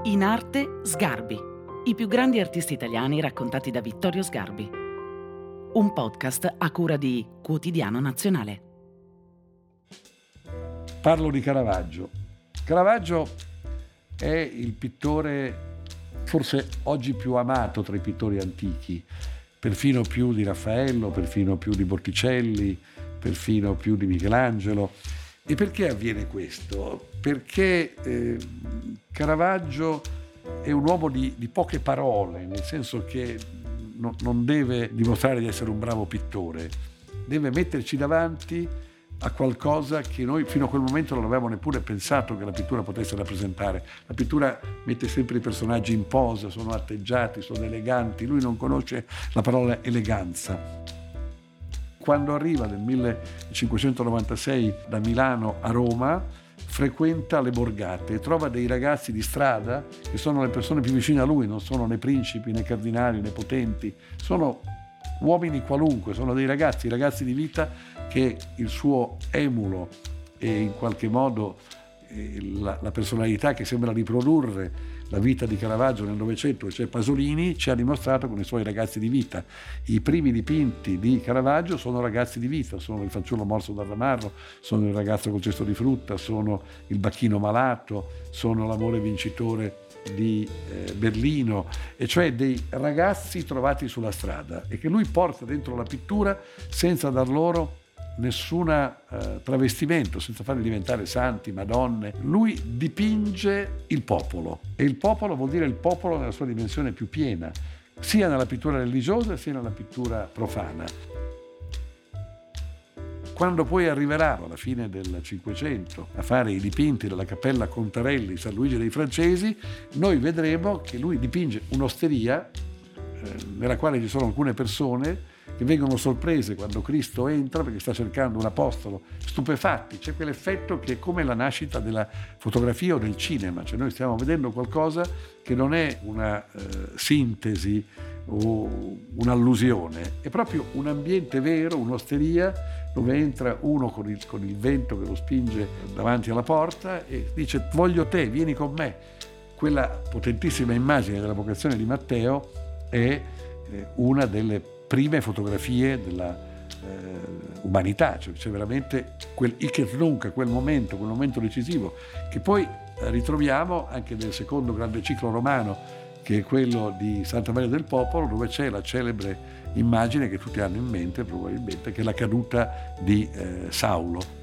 In arte Sgarbi, i più grandi artisti italiani raccontati da Vittorio Sgarbi. Un podcast a cura di Quotidiano Nazionale. Parlo di Caravaggio. Caravaggio è il pittore forse oggi più amato tra i pittori antichi, perfino più di Raffaello, perfino più di Botticelli, perfino più di Michelangelo. E perché avviene questo? Perché Caravaggio è un uomo di poche parole, nel senso che non deve dimostrare di essere un bravo pittore, deve metterci davanti a qualcosa che noi fino a quel momento non avevamo neppure pensato che la pittura potesse rappresentare. La pittura mette sempre i personaggi in posa, sono atteggiati, sono eleganti, lui non conosce la parola eleganza. Quando arriva nel 1596 da Milano a Roma, frequenta le borgate e trova dei ragazzi di strada che sono le persone più vicine a lui, non sono né principi, né cardinali, né potenti, sono uomini qualunque, sono dei ragazzi di vita che il suo emulo e in qualche modo la personalità che sembra riprodurre la vita di Caravaggio nel Novecento, cioè Pasolini, ci ha dimostrato con i suoi ragazzi di vita. I primi dipinti di Caravaggio sono ragazzi di vita, sono il fanciullo morso dal ramarro, sono il ragazzo col cesto di frutta, sono il bacchino malato, sono l'amore vincitore di Berlino, e cioè dei ragazzi trovati sulla strada e che lui porta dentro la pittura senza dar loro nessuna travestimento, senza farli diventare santi, madonne. Lui dipinge il popolo, e il popolo vuol dire il popolo nella sua dimensione più piena, sia nella pittura religiosa sia nella pittura profana. Quando poi arriverà alla fine del Cinquecento a fare i dipinti della Cappella Contarelli San Luigi dei Francesi, noi vedremo che lui dipinge un'osteria nella quale ci sono alcune persone che vengono sorprese quando Cristo entra perché sta cercando un apostolo, stupefatti. C'è quell'effetto che è come la nascita della fotografia o del cinema, cioè noi stiamo vedendo qualcosa che non è una sintesi o un'allusione, è proprio un ambiente vero, un'osteria dove entra uno con il vento che lo spinge davanti alla porta e dice: voglio te, vieni con me. Quella potentissima immagine della vocazione di Matteo è una delle prime fotografie della umanità, cioè c'è veramente quel hic et nunc, quel momento decisivo che poi ritroviamo anche nel secondo grande ciclo romano, che è quello di Santa Maria del Popolo, dove c'è la celebre immagine che tutti hanno in mente probabilmente, che è la caduta di Saulo,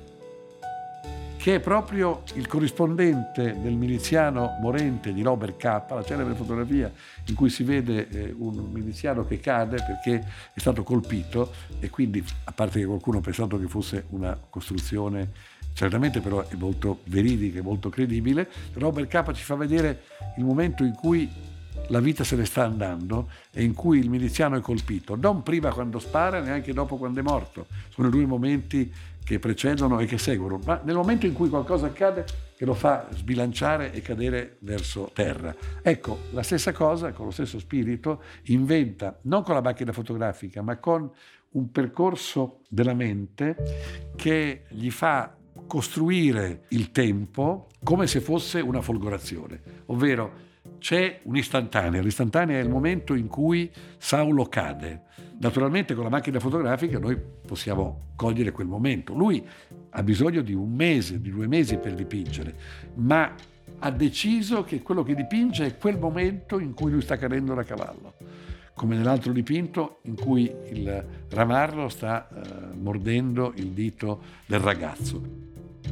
che è proprio il corrispondente del miliziano morente di Robert Capa, la celebre fotografia in cui si vede un miliziano che cade perché è stato colpito, e quindi, a parte che qualcuno ha pensato che fosse una costruzione, certamente però è molto veridica e molto credibile, Robert Capa ci fa vedere il momento in cui la vita se ne sta andando e in cui il miliziano è colpito, non prima quando spara, neanche dopo quando è morto. Sono i due momenti che precedono e che seguono, ma nel momento in cui qualcosa accade che lo fa sbilanciare e cadere verso terra. Ecco, la stessa cosa, con lo stesso spirito, inventa, non con la macchina fotografica, ma con un percorso della mente che gli fa costruire il tempo come se fosse una folgorazione, ovvero c'è un'istantanea, l'istantanea è il momento in cui Saulo cade. Naturalmente con la macchina fotografica noi possiamo cogliere quel momento. Lui ha bisogno di 1 mese, di 2 mesi per dipingere, ma ha deciso che quello che dipinge è quel momento in cui lui sta cadendo da cavallo, come nell'altro dipinto in cui il ramarro sta mordendo il dito del ragazzo.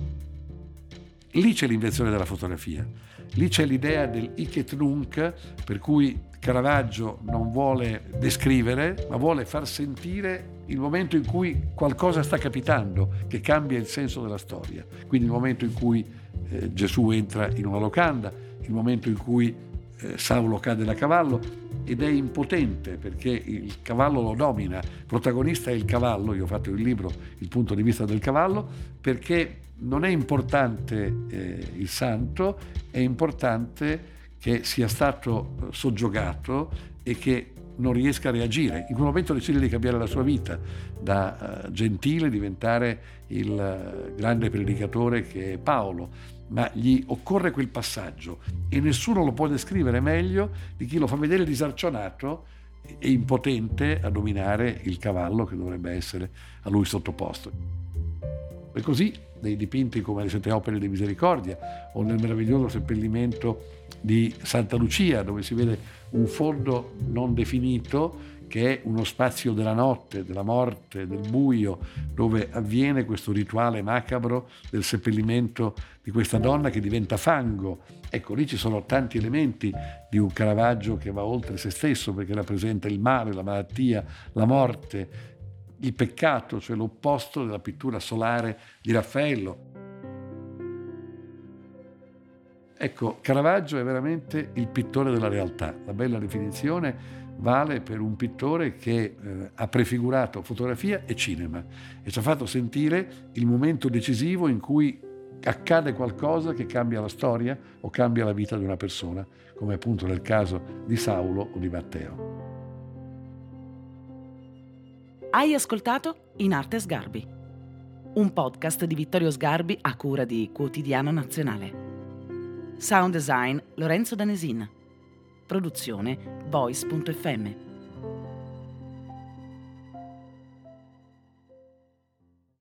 Lì c'è l'invenzione della fotografia, lì c'è l'idea del hic et nunc, per cui Caravaggio non vuole descrivere, ma vuole far sentire il momento in cui qualcosa sta capitando, che cambia il senso della storia. Quindi il momento in cui Gesù entra in una locanda, il momento in cui Saulo cade da cavallo ed è impotente perché il cavallo lo domina. Il protagonista è il cavallo. Io ho fatto il libro Il punto di vista del cavallo, perché non è importante il santo, è importante che sia stato soggiogato e che non riesca a reagire. In quel momento decide di cambiare la sua vita, da gentile diventare il grande predicatore che è Paolo, ma gli occorre quel passaggio e nessuno lo può descrivere meglio di chi lo fa vedere disarcionato e impotente a dominare il cavallo che dovrebbe essere a lui sottoposto. E così dei dipinti come le 7 opere di Misericordia o nel meraviglioso seppellimento di Santa Lucia, dove si vede un fondo non definito che è uno spazio della notte, della morte, del buio, dove avviene questo rituale macabro del seppellimento di questa donna che diventa fango. Ecco, lì ci sono tanti elementi di un Caravaggio che va oltre se stesso, perché rappresenta il male, la malattia, la morte, il peccato, cioè l'opposto della pittura solare di Raffaello. Ecco, Caravaggio è veramente il pittore della realtà. La bella definizione vale per un pittore che ha prefigurato fotografia e cinema e ci ha fatto sentire il momento decisivo in cui accade qualcosa che cambia la storia o cambia la vita di una persona, come appunto nel caso di Saulo o di Matteo. Hai ascoltato In Arte Sgarbi, un podcast di Vittorio Sgarbi a cura di Quotidiano Nazionale. Sound design Lorenzo Danesin. Produzione Voice.fm.